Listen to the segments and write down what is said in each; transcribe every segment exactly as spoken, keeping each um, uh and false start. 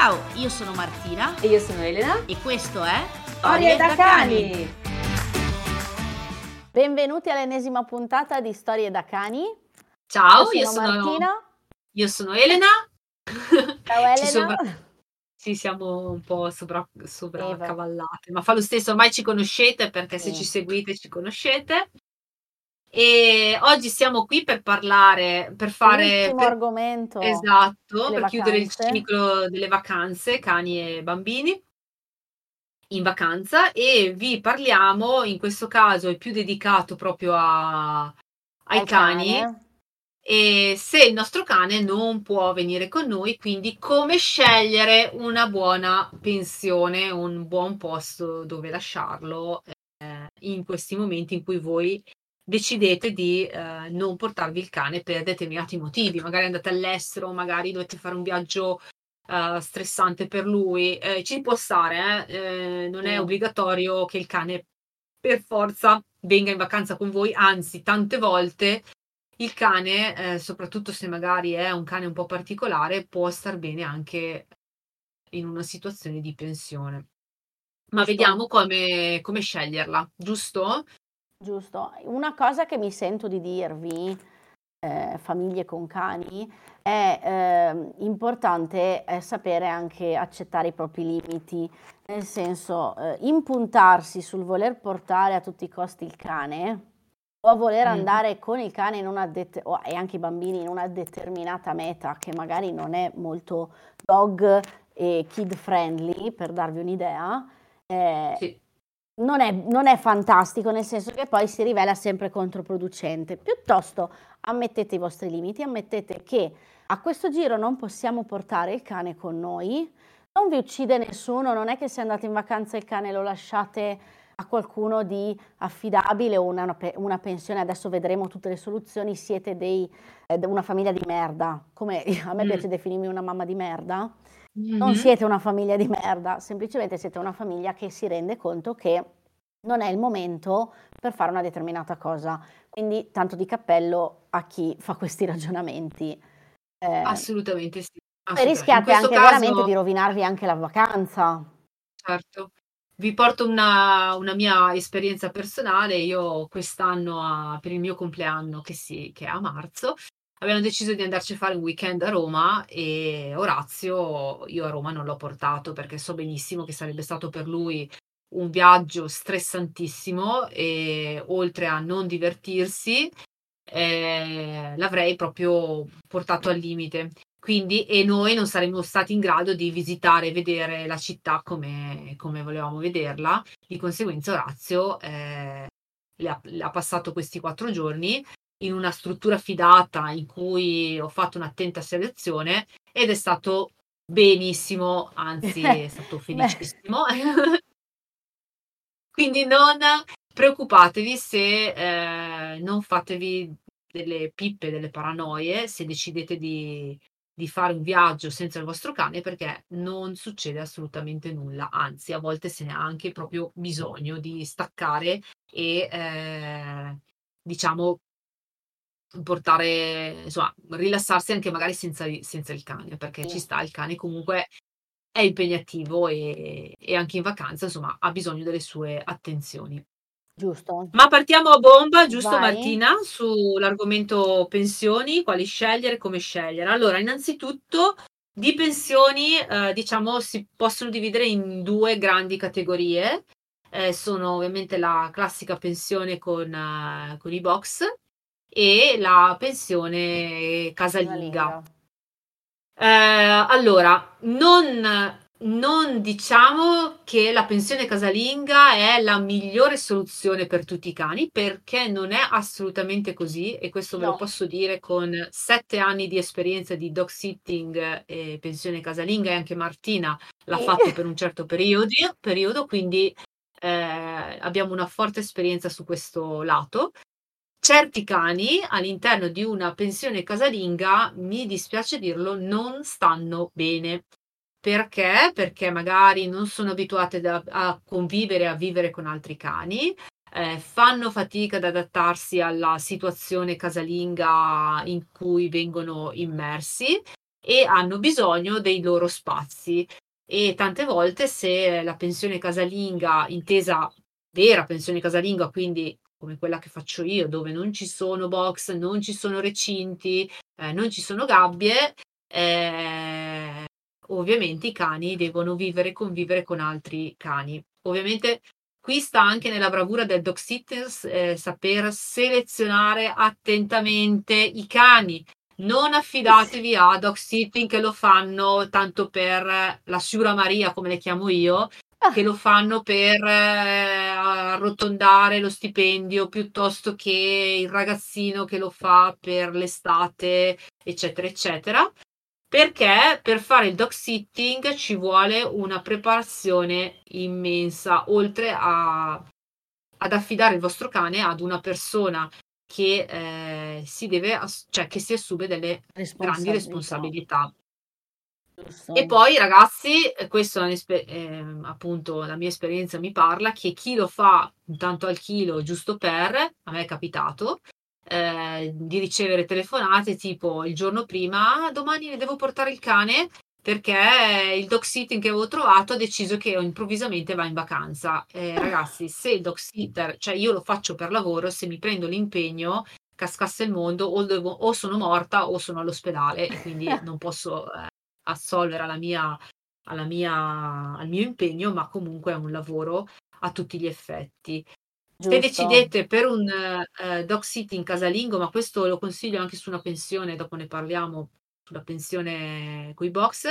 Ciao, io sono Martina E io sono Elena. e questo è Storie da cani. Benvenuti all'ennesima puntata di Storie da Cani. Ciao, Io io sono sono, Martina. io sono Elena. Ciao Ci Elena. sopra- Sì, siamo un po' sopra, Eva. sopraccavallate, ma fa lo stesso, ormai ci conoscete perché se Sì. ci seguite ci conoscete. E oggi siamo qui per parlare, per fare, L'ultimo per- argomento esatto, delle per chiudere il vacanze. ciclo delle vacanze, cani e bambini in vacanza, e vi parliamo, in questo caso è più dedicato proprio a- ai Al cani. cane. E se il nostro cane non può venire con noi, quindi come scegliere una buona pensione, un buon posto dove lasciarlo eh, in questi momenti in cui voi decidete di eh, non portarvi il cane per determinati motivi, magari andate all'estero, magari dovete fare un viaggio eh, stressante per lui, eh, ci può stare, eh, eh, non è Sì. obbligatorio che il cane per forza venga in vacanza con voi, anzi tante volte il cane, eh, soprattutto se magari è un cane un po' particolare, può star bene anche in una situazione di pensione. Ma Giusto. vediamo come, come sceglierla, giusto? Giusto. Una cosa che mi sento di dirvi, eh, famiglie con cani, è ehm, importante eh, sapere anche accettare i propri limiti, nel senso eh, impuntarsi sul voler portare a tutti i costi il cane o a voler Mm. andare con il cane in una det- o- e anche i bambini in una determinata meta che magari non è molto dog e kid friendly, per darvi un'idea. eh, Sì. non è, non è fantastico, nel senso che poi si rivela sempre controproducente. Piuttosto ammettete i vostri limiti, ammettete che a questo giro non possiamo portare il cane con noi, non vi uccide nessuno, non è che se andate in vacanza il cane lo lasciate a qualcuno di affidabile o una, una pensione, adesso vedremo tutte le soluzioni, siete dei, eh, una famiglia di merda, come a me Mm. piace definirmi una mamma di merda. Mhm. Non siete una famiglia di merda, semplicemente siete una famiglia che si rende conto che non è il momento per fare una determinata cosa. Quindi tanto di cappello a chi fa questi ragionamenti. Eh, Assolutamente sì. poi assolutamente. In rischiate questo anche veramente caso, di rovinarvi anche la vacanza. certo, vi porto una, una mia esperienza personale. Io quest'anno, a- per il mio compleanno, che, si, che è a marzo, abbiamo deciso di andarci a fare un weekend a Roma, e Orazio io a Roma non l'ho portato perché so benissimo che sarebbe stato per lui un viaggio stressantissimo, e oltre a non divertirsi, eh, l'avrei proprio portato al limite. Quindi, e noi non saremmo stati in grado di visitare e vedere la città come, come volevamo vederla. Di conseguenza, Orazio eh, le ha, le ha passato questi quattro giorni in una struttura fidata in cui ho fatto un'attenta selezione, ed è stato benissimo, anzi è stato Beh, felicissimo. Quindi non preoccupatevi se eh, non fatevi delle pippe, delle paranoie se decidete di, di fare un viaggio senza il vostro cane, perché non succede assolutamente nulla, anzi a volte se ne ha anche proprio bisogno di staccare e eh, diciamo portare, insomma, rilassarsi anche magari senza, senza il cane, perché ci sì, sta, il cane comunque è impegnativo, e, e anche in vacanza, insomma, ha bisogno delle sue attenzioni. giusto. Ma partiamo a bomba, giusto Vai. Martina, sull'argomento pensioni, quali scegliere, come scegliere. Allora, innanzitutto, di pensioni, eh, diciamo, si possono dividere in due grandi categorie. Eh, sono ovviamente la classica pensione con, eh, con i box e la pensione casalinga. Casalinga. Eh, allora, non, non diciamo che la pensione casalinga è la migliore soluzione per tutti i cani, perché non è assolutamente così, e questo ve lo No. posso dire con sette anni di esperienza di dog sitting e pensione casalinga, e anche Martina l'ha Sì. fatto per un certo periodo, periodo quindi eh, abbiamo una forte esperienza su questo lato. Certi cani all'interno di una pensione casalinga, mi dispiace dirlo, non stanno bene. Perché? Perché magari non sono abituate da- a convivere, a vivere con altri cani, eh, fanno fatica ad adattarsi alla situazione casalinga in cui vengono immersi, e hanno bisogno dei loro spazi. E tante volte, se la pensione casalinga, intesa vera pensione casalinga, quindi come quella che faccio io, dove non ci sono box, non ci sono recinti, eh, non ci sono gabbie, eh, ovviamente i cani devono vivere e convivere con altri cani. Ovviamente qui sta anche nella bravura del dog sitter, eh, saper selezionare attentamente i cani. Non affidatevi a dog sitting che lo fanno tanto per la Siura Maria, come le chiamo io, che lo fanno per eh, arrotondare lo stipendio, piuttosto che il ragazzino che lo fa per l'estate, eccetera, eccetera. Perché per fare il dog sitting ci vuole una preparazione immensa, oltre a, ad affidare il vostro cane ad una persona che eh, si deve, ass- cioè che si assume delle grandi responsabilità. Giusto. E poi, ragazzi, eh, questo è un'espe- eh, appunto la mia esperienza mi parla che chi lo fa tanto al chilo, giusto per, a me è capitato, eh, di ricevere telefonate tipo il giorno prima: "Ah, domani devo portare il cane perché il dog sitting che avevo trovato ha deciso che improvvisamente va in vacanza". Eh, ragazzi, se il dog sitter, cioè io lo faccio per lavoro, se mi prendo l'impegno, cascasse il mondo, o, devo- o sono morta o sono all'ospedale, e quindi non posso eh, assolvere alla mia, alla mia, al mio impegno, ma comunque è un lavoro a tutti gli effetti. Se Giusto. decidete per un eh, dog sitting casalingo, ma questo lo consiglio anche su una pensione, dopo ne parliamo, sulla pensione coi box,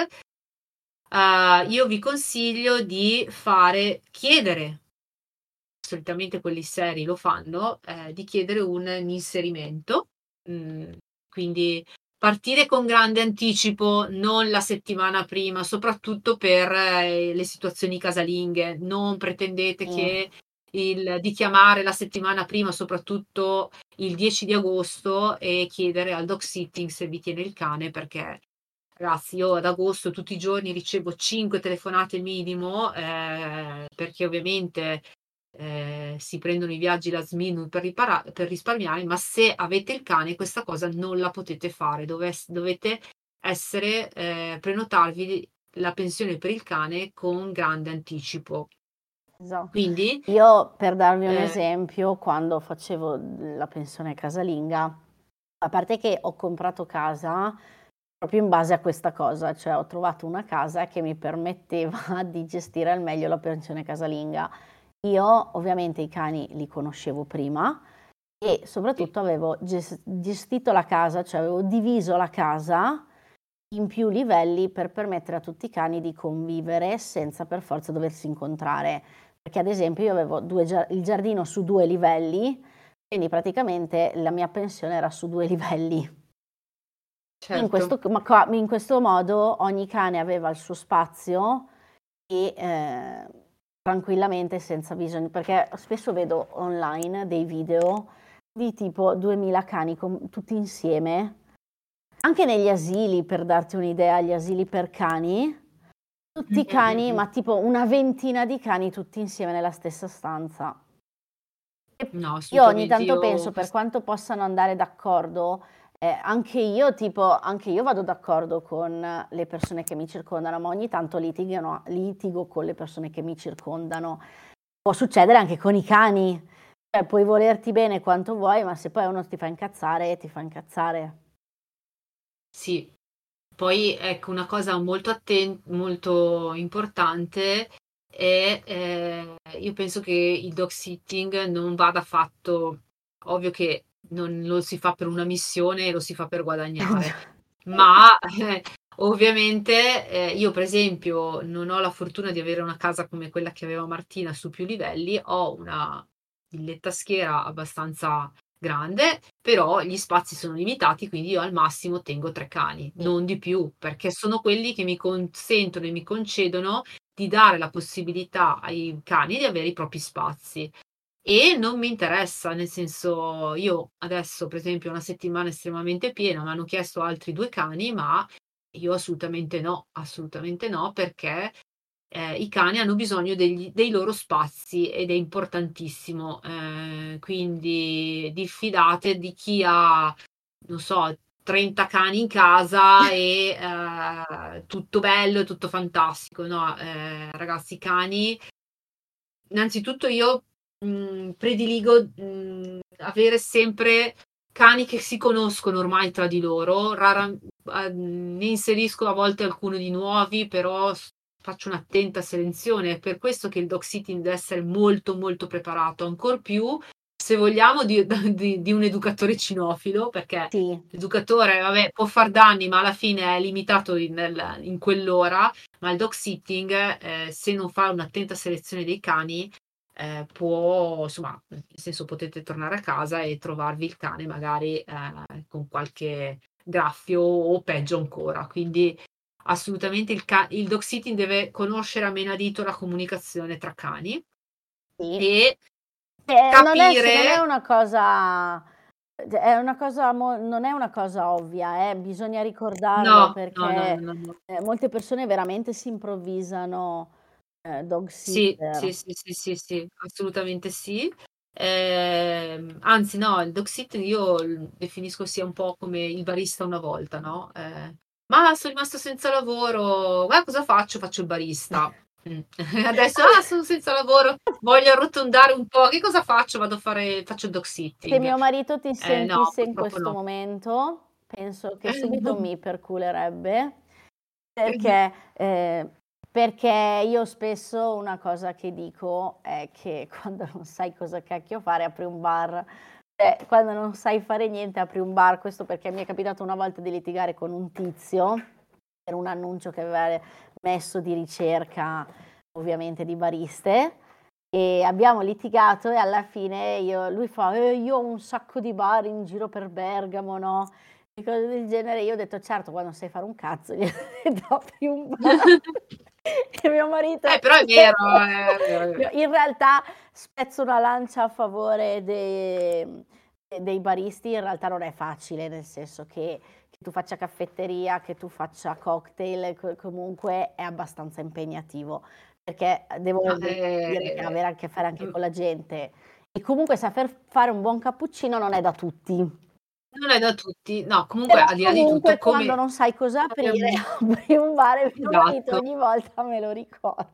eh, io vi consiglio di fare, chiedere, solitamente quelli seri lo fanno, eh, di chiedere un inserimento, mm, quindi partire con grande anticipo, non la settimana prima, soprattutto per eh, le situazioni casalinghe. Non pretendete Sì. che il, di chiamare la settimana prima, soprattutto il dieci di agosto, e chiedere al dog sitting se vi tiene il cane, perché ragazzi, io ad agosto tutti i giorni ricevo cinque telefonate minimo, eh, perché ovviamente eh, si prendono i viaggi last minute per, ripara- per risparmiare, ma se avete il cane questa cosa non la potete fare, Dove- dovete essere, eh, prenotarvi la pensione per il cane con grande anticipo. Esatto. Quindi, Io, per darvi un eh, esempio, quando facevo la pensione casalinga, a parte che ho comprato casa proprio in base a questa cosa, cioè ho trovato una casa che mi permetteva di gestire al meglio la pensione casalinga. Io ovviamente i cani li conoscevo prima e soprattutto avevo ges- gestito la casa, cioè avevo diviso la casa in più livelli per permettere a tutti i cani di convivere senza per forza doversi incontrare. Perché ad esempio io avevo due gia- il giardino su due livelli, quindi praticamente la mia pensione era su due livelli. In certo, questo, ma qua- in questo modo ogni cane aveva il suo spazio e eh, tranquillamente senza bisogno, perché spesso vedo online dei video di tipo duemila cani con- tutti insieme, anche negli asili, per darti un'idea, gli asili per cani, tutti i cani, ma tipo una ventina di cani tutti insieme nella stessa stanza. E no, io ogni assolutamente. tanto Io penso, per quest- quanto possano andare d'accordo, eh, anche io, tipo, anche io vado d'accordo con le persone che mi circondano, ma ogni tanto litigano, litigo con le persone che mi circondano. Può succedere anche con i cani, cioè puoi volerti bene quanto vuoi, ma se poi uno ti fa incazzare, ti fa incazzare. Sì, poi ecco una cosa molto atten- molto importante è, eh, io penso che il dog sitting non vada fatto, ovvio che non lo si fa per una missione, lo si fa per guadagnare, ma eh, ovviamente eh, io per esempio non ho la fortuna di avere una casa come quella che aveva Martina su più livelli, ho una villetta schiera abbastanza grande, però gli spazi sono limitati, quindi io al massimo tengo tre cani, non di più, perché sono quelli che mi consentono e mi concedono di dare la possibilità ai cani di avere i propri spazi. E non mi interessa, nel senso, io adesso per esempio ho una settimana estremamente piena, mi hanno chiesto altri due cani, ma io assolutamente no, assolutamente no, perché eh, i cani hanno bisogno degli- dei loro spazi ed è importantissimo. Eh, quindi diffidate di chi ha, non so, trenta cani in casa e eh, tutto bello e tutto fantastico, no? Eh, ragazzi, i cani, innanzitutto io mh, prediligo mh, avere sempre cani che si conoscono ormai tra di loro, rara, eh, ne inserisco a volte alcuni di nuovi, però s- faccio un'attenta selezione, è per questo che il dog sitting deve essere molto molto preparato, ancor più se vogliamo di, di- di un educatore cinofilo, perché Sì, l'educatore, vabbè, può far danni, ma alla fine è limitato in, nel- in quell'ora, ma il dog sitting, eh, se non fa un'attenta selezione dei cani, eh, può, insomma, nel senso potete tornare a casa e trovarvi il cane magari eh, con qualche graffio o peggio ancora. Quindi assolutamente il, ca- il dog sitting deve conoscere a menadito la comunicazione tra cani sì. e Eh, non è, sì, non è capire. una cosa, è una cosa, mo- non è una cosa ovvia, eh, bisogna ricordarlo No, no, no, no, perché no, no. eh, molte persone veramente si improvvisano eh, dog Sì, sitter. sì, sì, sì, sì, sì, assolutamente sì. Ehm, anzi, no, il dog sitting io l- definisco sia un po' come il barista una volta, no? Eh, ma sono rimasto senza lavoro, guarda cosa faccio? Faccio il barista. Mm. Adesso, ah, sono senza lavoro, voglio arrotondare un po', che cosa faccio? Vado a fare, faccio il dog Se sitting. mio marito ti Eh, no, sentisse in purtroppo questo no. momento, penso che subito mi perculerebbe perché, eh, perché io spesso una cosa che dico è che quando non sai cosa cacchio fare apri un bar, cioè, quando non sai fare niente apri un bar, questo perché mi è capitato una volta di litigare con un tizio per un annuncio che aveva messo di ricerca ovviamente di bariste e abbiamo litigato e alla fine io, lui fa eh, io ho un sacco di bar in giro per Bergamo, no? E cose del genere. Io ho detto certo quando sai fare un cazzo gli apri un bar. E mio marito Eh, però è vero, è vero, è vero. in realtà spezzo una lancia a favore dei, dei baristi, in realtà non è facile, nel senso che, che tu faccia caffetteria, che tu faccia cocktail, co- comunque è abbastanza impegnativo, perché devo No, devo dire che eh, avere a che fare anche mm, con la gente e comunque saper fare un buon cappuccino non è da tutti. non è da tutti. No, comunque Però al di là di tutto, comunque quando come non sai cosa aprire, ehm, apri un bar e mio marito esatto. ogni volta me lo ricorda.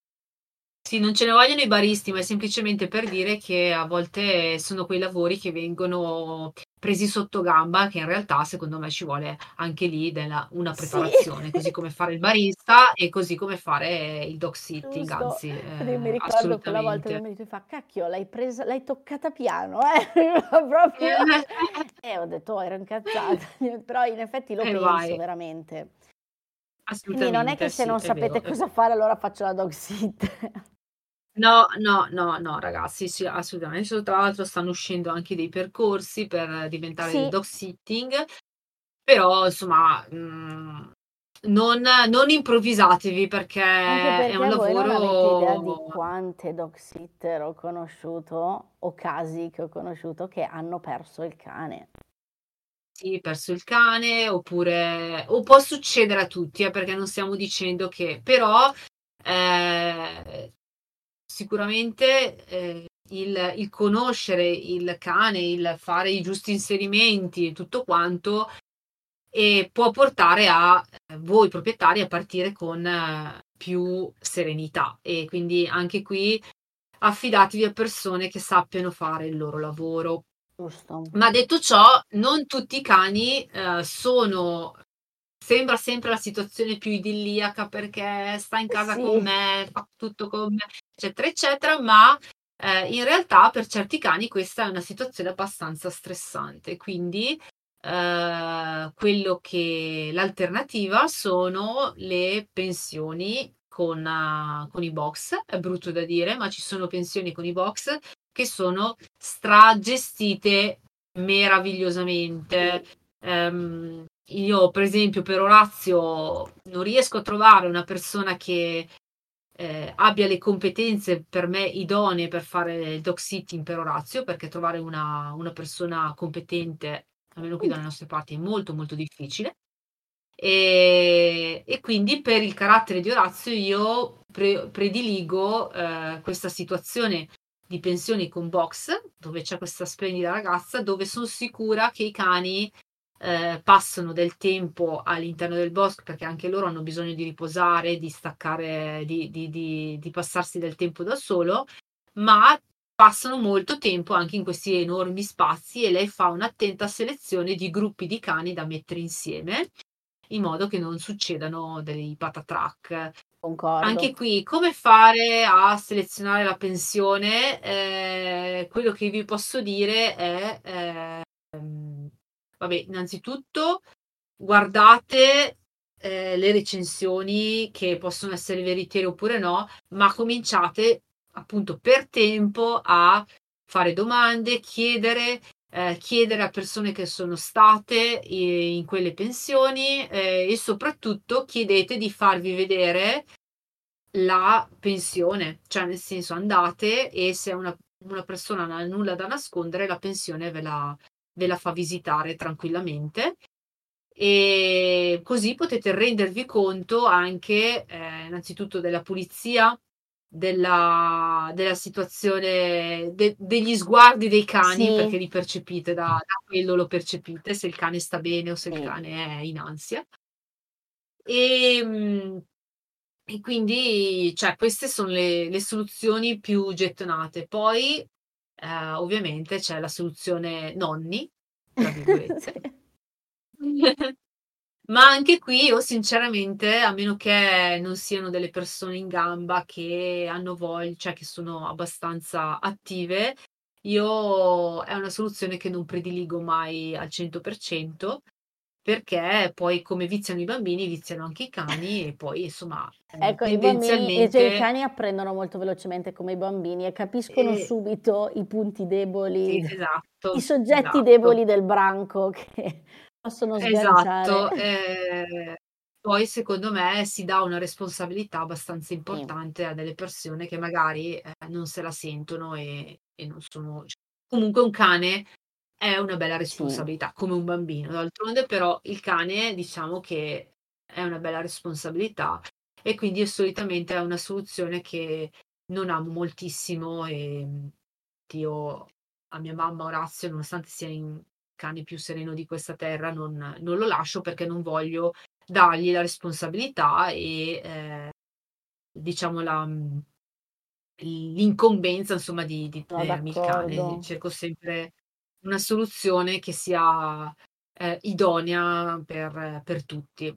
Sì, non ce ne vogliono i baristi, ma è semplicemente per dire che a volte sono quei lavori che vengono presi sotto gamba, che in realtà secondo me ci vuole anche lì della una Sì. preparazione, così come fare il barista e così come fare il dog sitting, Giusto. anzi, Ed io mi eh, ricordo quella volta mio assolutamente. marito mi fa: "Cacchio, l'hai presa l'hai toccata piano, eh." Proprio e ho detto: "Oh, ero incazzata." Però in effetti lo E penso vai, veramente. Quindi non è che assolutamente se sì, non è vero. sapete cosa fare allora faccio la dog sitter. No, no, no, no, ragazzi, sì, assolutamente. Adesso tra l'altro stanno uscendo anche dei percorsi per diventare del Sì, dog sitting, però insomma, mh, non, non improvvisatevi perché anche è un perché voi non avete idea di lavoro. quante dog sitter ho conosciuto, o casi che ho conosciuto che hanno perso il cane. Sì, perso il cane, oppure o può succedere a tutti, eh, perché non stiamo dicendo che, però eh, sicuramente eh, il, il conoscere il cane, il fare i giusti inserimenti e tutto quanto, e può portare a eh, voi proprietari a partire con eh, più serenità. E quindi anche qui affidatevi a persone che sappiano fare il loro lavoro. Giusto. Ma detto ciò, non tutti i cani eh, sono. Sembra sempre la situazione più idilliaca perché sta in casa con Sì. me, fa tutto con me, eccetera, eccetera, ma eh, in realtà per certi cani questa è una situazione abbastanza stressante. Quindi eh, quello che l'alternativa sono le pensioni con, uh, con i box. È brutto da dire, ma ci sono pensioni con i box che sono stragestite meravigliosamente. Sì. Ehm, io, per esempio, per Orazio non riesco a trovare una persona che eh, abbia le competenze per me idonee per fare il dog sitting per Orazio, perché trovare una, una persona competente, almeno qui dalle nostre parti, è molto molto difficile. E, e quindi per il carattere di Orazio io pre- prediligo eh, questa situazione di pensioni con box, dove c'è questa splendida ragazza, dove sono sicura che i cani eh, passano del tempo all'interno del bosco perché anche loro hanno bisogno di riposare, di staccare, di, di, di, di passarsi del tempo da solo, ma passano molto tempo anche in questi enormi spazi e lei fa un'attenta selezione di gruppi di cani da mettere insieme in modo che non succedano dei patatrack. Concordo. Anche qui, come fare a selezionare la pensione? Eh, quello che vi posso dire è, eh, vabbè, innanzitutto guardate eh, le recensioni che possono essere veritiere oppure no, ma cominciate appunto per tempo a fare domande, chiedere, eh, chiedere a persone che sono state in quelle pensioni eh, e soprattutto chiedete di farvi vedere la pensione, cioè nel senso andate e se una, una persona non ha nulla da nascondere, la pensione ve la, ve la fa visitare tranquillamente e così potete rendervi conto anche eh, innanzitutto della pulizia, della, della situazione, de, degli sguardi dei cani, Sì. perché li percepite, da, da quello lo percepite, se il cane sta bene o se il Sì. cane è in ansia. E, e quindi, cioè, queste sono le, le soluzioni più gettonate. Poi, eh, ovviamente, c'è la soluzione nonni, tra virgolette. Ma anche qui io sinceramente, a meno che non siano delle persone in gamba che hanno voglia, cioè che sono abbastanza attive, io è una soluzione che non prediligo mai al cento per cento, perché poi come viziano i bambini, viziano anche i cani e poi insomma eh, Ecco, i bambini e cioè, i tendenzialmente cani apprendono molto velocemente come i bambini e capiscono eh, subito i punti deboli, sì, esatto, i soggetti esatto. deboli del branco che possono sganciare. Esatto, ehm, poi secondo me si dà una responsabilità abbastanza Sì, importante a delle persone che magari, ehm, non se la sentono e e non sono cioè comunque un cane è una bella sì, responsabilità, come un bambino. D'altronde però il cane diciamo che è una bella responsabilità e quindi io solitamente è una soluzione che non amo moltissimo, ehm, io a mia mamma Orazio, nonostante sia in cane più sereno di questa terra, non, non lo lascio perché non voglio dargli la responsabilità e eh, diciamo la, l'incombenza insomma di, di sono tenermi il cane. d'accordo. Cerco sempre una soluzione che sia eh, idonea per, per tutti.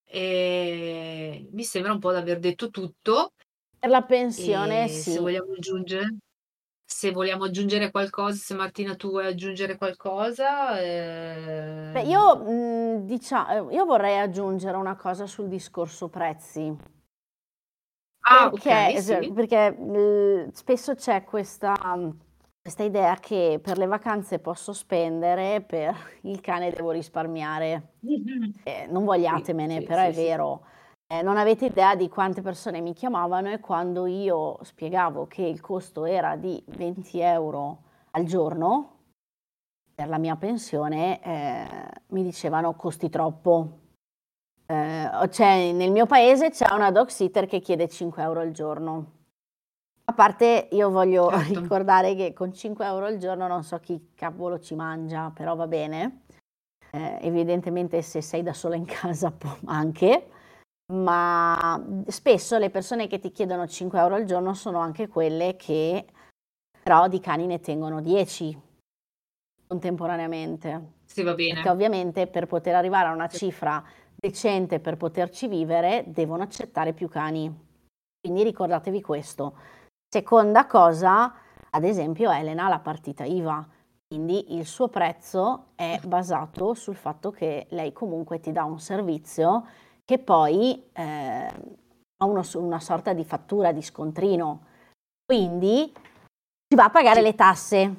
E mi sembra un po' di aver detto tutto Per la pensione e se sì. vogliamo aggiungere. Se vogliamo aggiungere qualcosa, se Martina tu vuoi aggiungere qualcosa, Beh, ehm, io, mh, dicia- eh, io vorrei aggiungere una cosa sul discorso prezzi. ah, Perché, ok, es- sì. perché mh, spesso c'è questa, questa idea che per le vacanze posso spendere, per il cane devo risparmiare. Eh, non Sì, vogliatemene, sì, però è sì, sì. vero. Eh, non avete idea di quante persone mi chiamavano e quando io spiegavo che il costo era di venti euro al giorno per la mia pensione, eh, mi dicevano costi troppo. Eh, c'è- nel mio paese c'è una dog sitter che chiede cinque euro al giorno. A parte, io voglio Certo, ricordare che con cinque euro al giorno non so chi cavolo ci mangia, però va bene. Eh, evidentemente se sei da sola in casa può anche, ma spesso le persone che ti chiedono cinque euro al giorno sono anche quelle che però di cani ne tengono dieci contemporaneamente, sì, va perché bene. ovviamente per poter arrivare a una cifra decente per poterci vivere devono accettare più cani. Quindi ricordatevi questo. Seconda cosa, ad esempio Elena ha la partita I V A, quindi il suo prezzo è basato sul fatto che lei comunque ti dà un servizio che poi eh, ha uno- una sorta di fattura di scontrino, quindi ci va a pagare Sì, le tasse.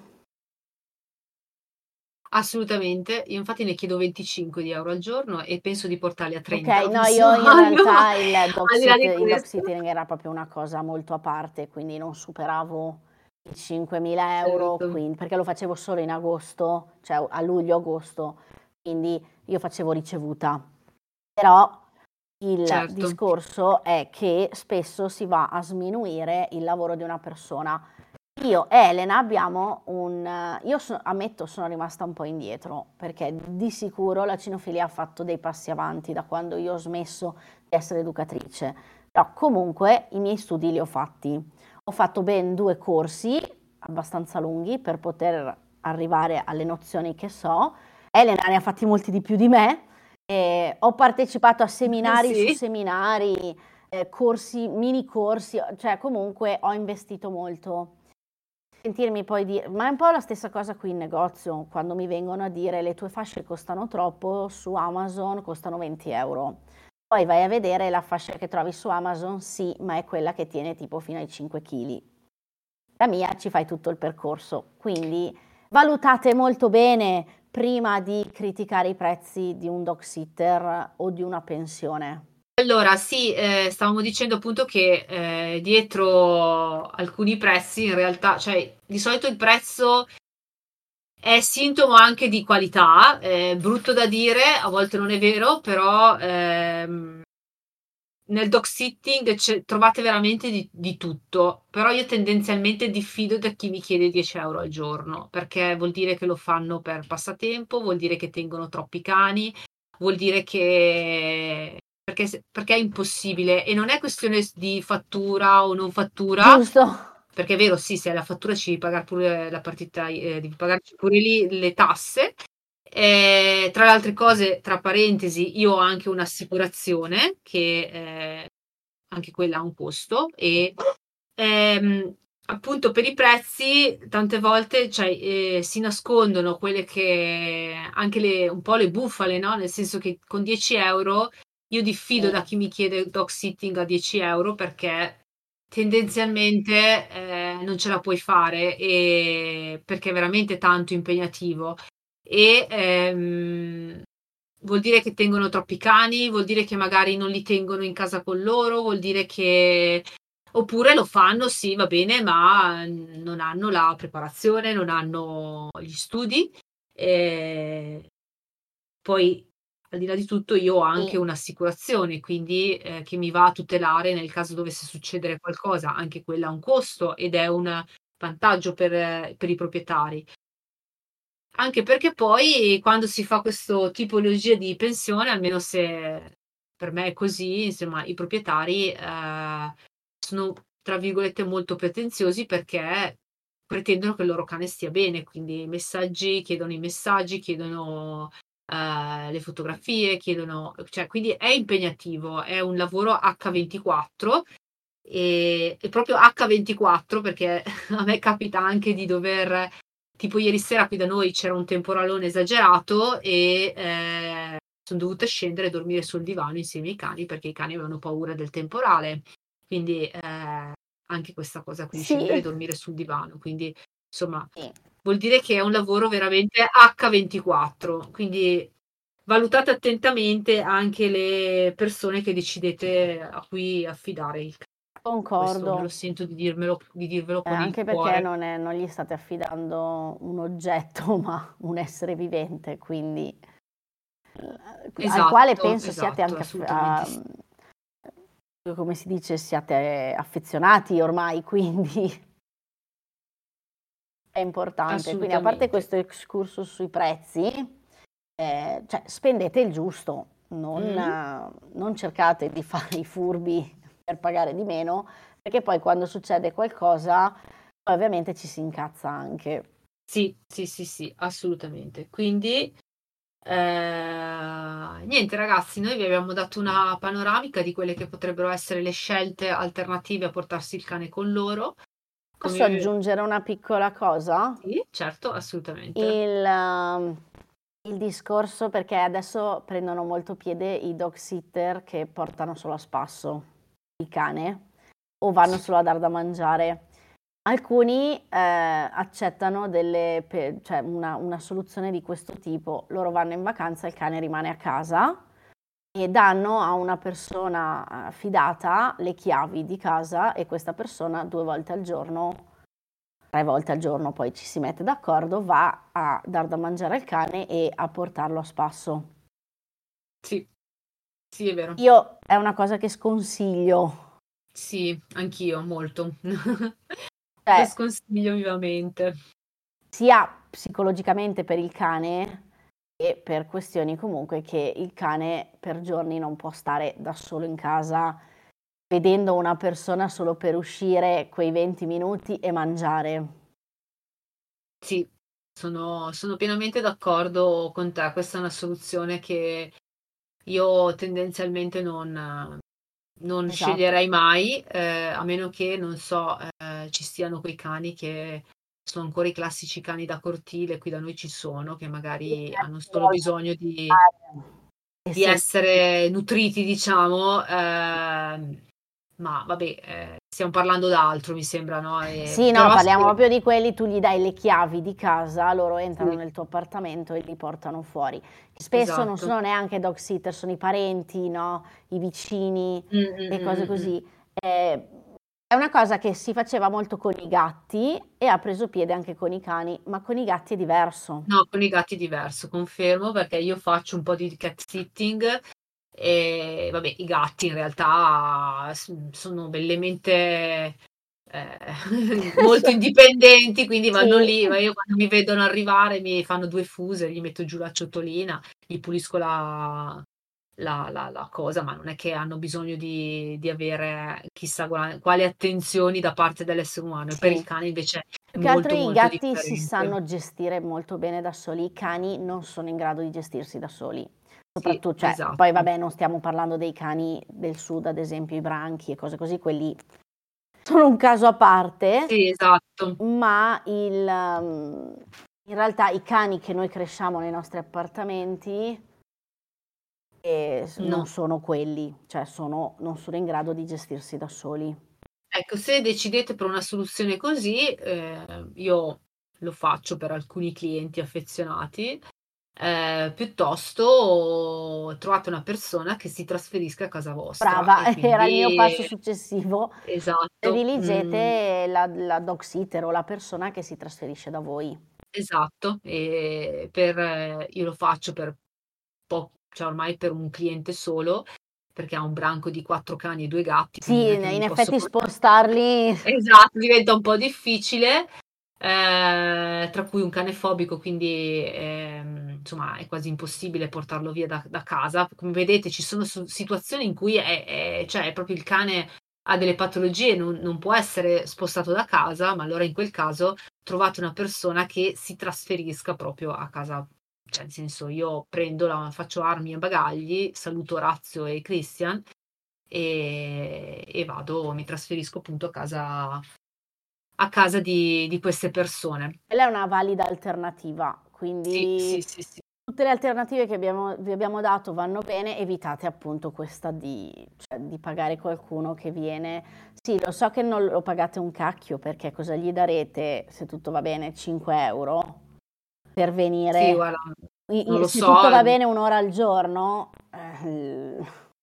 assolutamente. Io infatti ne chiedo venticinque di euro al giorno e penso di portarli a Ok, trenta il no, prossimo io in anno, ma realtà il dog al di là sit- di il dog questo, sitting era proprio una cosa molto a parte, quindi non superavo i cinquemila euro, certo, quindi- perché lo facevo solo in agosto, cioè a luglio-agosto, quindi io facevo ricevuta. Però il certo. discorso è che spesso si va a sminuire il lavoro di una persona. Io e Elena abbiamo un... Io so- ammetto, sono rimasta un po' indietro, perché di sicuro la cinofilia ha fatto dei passi avanti da quando io ho smesso di essere educatrice. Però comunque i miei studi li ho fatti. Ho fatto ben due corsi abbastanza lunghi per poter arrivare alle nozioni che so. Elena ne ha fatti molti di più di me. E ho partecipato a seminari su Sì. seminari, eh, corsi, mini corsi, cioè comunque ho investito molto. Sentirmi poi dire, ma è un po' la stessa cosa qui in negozio, quando mi vengono a dire le tue fasce costano troppo, su Amazon costano venti euro. Poi vai a vedere la fascia che trovi su Amazon, sì, ma è quella che tiene tipo fino ai cinque chili. La mia ci fai tutto il percorso, quindi valutate molto bene prima di criticare i prezzi di un dog sitter o di una pensione. Allora, sì, eh, stavamo dicendo appunto che eh, dietro alcuni prezzi in realtà, cioè di solito il prezzo è sintomo anche di qualità, è brutto da dire, a volte non è vero, però ehm, nel dog sitting c'è- trovate veramente di, di tutto, però io tendenzialmente diffido da chi mi chiede dieci euro al giorno, perché vuol dire che lo fanno per passatempo, vuol dire che tengono troppi cani, vuol dire che... Perché, se- perché è impossibile e non è questione di fattura o non fattura, Giusto? perché è vero, sì, se hai la fattura ci devi pagare pure la partita, eh, devi pagarci pure lì le tasse. Eh, tra le altre cose, tra parentesi, io ho anche un'assicurazione che eh, anche quella ha un costo e ehm, appunto per i prezzi tante volte cioè, eh, si nascondono quelle che anche le, un po' le bufale, no? Nel senso che con dieci euro io diffido Sì. da chi mi chiede dog sitting a dieci euro perché tendenzialmente eh, non ce la puoi fare e perché è veramente tanto impegnativo e ehm, vuol dire che tengono troppi cani, vuol dire che magari non li tengono in casa con loro, vuol dire che oppure lo fanno, sì, va bene, ma non hanno la preparazione, non hanno gli studi. E poi, al di là di tutto, io ho anche Sì. un'assicurazione, quindi eh, che mi va a tutelare nel caso dovesse succedere qualcosa. Anche quella ha un costo ed è un vantaggio per, per i proprietari. Anche perché poi quando si fa questa tipologia di pensione, almeno se per me è così, insomma, i proprietari eh, sono, tra virgolette, molto pretenziosi perché pretendono che il loro cane stia bene, quindi i messaggi, chiedono i messaggi, chiedono eh, le fotografie, chiedono, cioè, quindi è impegnativo, è un lavoro acca ventiquattro e, e proprio acca ventiquattro perché a me capita anche di dover tipo ieri sera qui da noi c'era un temporalone esagerato e eh, sono dovuta scendere e dormire sul divano insieme ai cani perché i cani avevano paura del temporale. Quindi eh, anche questa cosa qui, scendere e Sì. dormire sul divano. Quindi insomma Sì. vuol dire che è un lavoro veramente acca ventiquattro. Quindi valutate attentamente anche le persone che decidete a cui affidare il cane. Questo me lo Concordo. sento di dirmelo, di dirvelo Eh, con il anche perché cuore. non è- non gli state affidando un oggetto, ma un essere vivente, quindi eh, al quale Esatto, penso siate esatto, anche, aff- assolutamente ah, sì. come si dice, siate affezionati ormai, quindi è importante. Quindi a parte Assolutamente. questo excursus sui prezzi, eh, cioè, spendete il giusto, non, Mm, eh, non cercate di fare i furbi per pagare di meno, perché poi quando succede qualcosa, poi ovviamente ci si incazza anche. sì, sì, sì, sì, assolutamente. Quindi, eh, niente ragazzi, noi vi abbiamo dato una panoramica di quelle che potrebbero essere le scelte alternative a portarsi il cane con loro. Posso Come... aggiungere una piccola cosa? Sì, certo, assolutamente. Il, ehm, il discorso, perché adesso prendono molto piede i dog sitter che portano solo a spasso il cane o vanno solo a dar da mangiare. Alcuni eh, accettano delle, pe- cioè una, una soluzione di questo tipo. Loro vanno in vacanza, il cane rimane a casa e danno a una persona eh, fidata le chiavi di casa e questa persona due volte al giorno, tre volte al giorno, poi ci si mette d'accordo, va a dar da mangiare al cane e a portarlo a spasso. Sì, sì, è vero. Io è una cosa che sconsiglio. Sì, anch'io, molto. Cioè, lo sconsiglio vivamente. sia psicologicamente per il cane e per questioni comunque che il cane per giorni non può stare da solo in casa vedendo una persona solo per uscire quei venti minuti e mangiare. Sì, sono, sono pienamente d'accordo con te. Questa è una soluzione che io tendenzialmente non, non Esatto. sceglierei mai, eh, a meno che, non so, eh, ci siano quei cani che sono ancora i classici cani da cortile, qui da noi ci sono, che magari hanno solo bisogno di, E di se- essere nutriti, diciamo, ehm, ma vabbè, eh, stiamo parlando d'altro, mi sembra, no? E- Sì, no, però parliamo sì, proprio di quelli, tu gli dai le chiavi di casa, loro entrano sì, nel tuo appartamento e li portano fuori. Spesso non esatto. sono neanche dog sitter, sono i parenti, no? I vicini Mm, mm, e mm, cose mm, mm. così. Eh, è una cosa che si faceva molto con i gatti e ha preso piede anche con i cani, ma con i gatti è diverso. No, con i gatti è diverso, confermo, perché io faccio un po' di cat sitting e vabbè, i gatti in realtà s- sono bellemente eh, molto indipendenti, quindi vanno Sì. lì, ma io quando mi vedono arrivare mi fanno due fuse, gli metto giù la ciotolina, gli pulisco la, la, la- la cosa, ma non è che hanno bisogno di, di avere chissà quale, quali attenzioni da parte dell'essere umano. E per Sì. il cane invece è Più che altro molto i molto gatti si differente. sanno gestire molto bene da soli, i cani non sono in grado di gestirsi da soli. Sì, Soprattutto, cioè, esatto. poi vabbè, non stiamo parlando dei cani del sud, ad esempio i branchi e cose così, quelli sono un caso a parte, Sì, esatto. ma il, um, in realtà i cani che noi cresciamo nei nostri appartamenti eh, s- No. non sono quelli, cioè sono, non sono in grado di gestirsi da soli. Ecco, se decidete per una soluzione così, eh, io lo faccio per alcuni clienti affezionati, eh, piuttosto trovate una persona che si trasferisca a casa vostra Brava, e era il mio passo quindi successivo. esatto, mm, Prediligete la, la dog sitter o la persona che si trasferisce da voi. esatto, e per, eh, io lo faccio per po- cioè ormai per un cliente solo, perché ha un branco di quattro cani e due gatti, quindi Sì, non è in che non in li posso effetti portare. spostarli. Esatto, diventa un po' difficile, eh, tra cui un cane fobico, quindi ehm, insomma è quasi impossibile portarlo via da, da casa. Come vedete, ci sono su- situazioni in cui è, è- cioè, è proprio il cane ha delle patologie, non, non può essere spostato da casa, ma allora in quel caso trovate una persona che si trasferisca proprio a casa. Cioè, nel senso, io prendo la, faccio armi e bagagli, saluto Orazio e Christian e, e vado, mi trasferisco appunto a casa, a casa di, di queste persone. Quella è una valida alternativa, Sì, quindi sì, sì, sì. tutte le alternative che abbiamo, vi abbiamo dato vanno bene, evitate appunto questa di, cioè, di pagare qualcuno che viene. Sì, lo so che non lo pagate un cacchio perché cosa gli darete se tutto va bene? cinque euro per Sì, venire. guarda, I- non i- lo se so. tutto va ehm, bene un'ora al giorno, eh,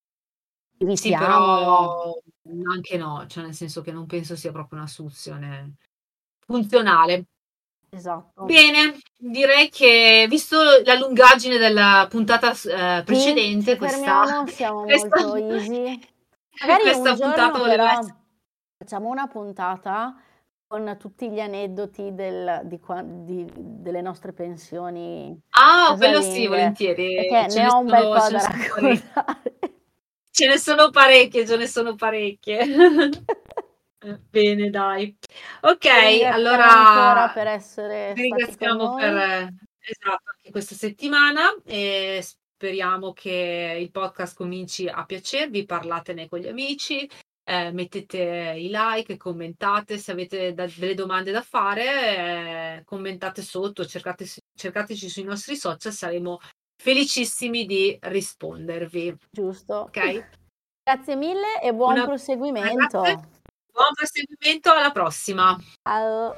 Sì, evitiamolo. però anche no, cioè nel senso che non penso sia proprio una soluzione funzionale. Esatto. Bene, direi che visto la lungaggine della puntata s- eh, Sì, precedente, ci questa, fermiamo, siamo questa, molto easy. Magari un questa puntata giorno voleva però essere. facciamo una puntata con tutti gli aneddoti del- di qua- di- delle nostre pensioni Ah, quello sì, casalinghe, volentieri, perché ce ne ne ho un bel sono, po' ce ne da sono parecchie. raccontare. Ce ne sono parecchie, ce ne sono parecchie. Eh, Bene, dai. Ok, Vi ringraziamo ancora allora per essere vi stati con ringraziamo per noi. eh, esatto, anche questa settimana e speriamo che il podcast cominci a piacervi, parlatene con gli amici, eh, mettete i like, commentate, se avete da- delle domande da fare, eh, commentate sotto, cercate, cercateci sui nostri social, saremo felicissimi di rispondervi. Giusto. Ok? Grazie mille e buon Una grazie, proseguimento. buon proseguimento, alla prossima. Ciao.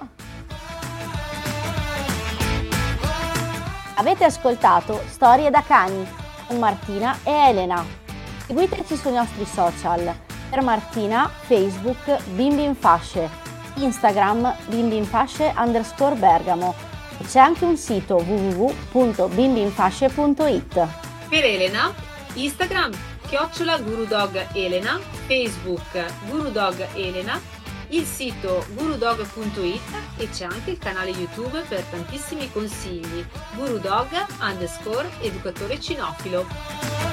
Avete ascoltato Storie da cani con Martina e Elena. Seguiteci sui nostri social. Per Martina, Facebook Bimbi in Fasce, Instagram bimbinfasce underscore Bergamo. E c'è anche un sito w w w punto bimbinfasce punto i t. Per Elena, Instagram chiocciola Gurudog Elena, Facebook Gurudog Elena, il sito gurudog punto it e c'è anche il canale YouTube per tantissimi consigli, gurudog underscore educatore cinofilo.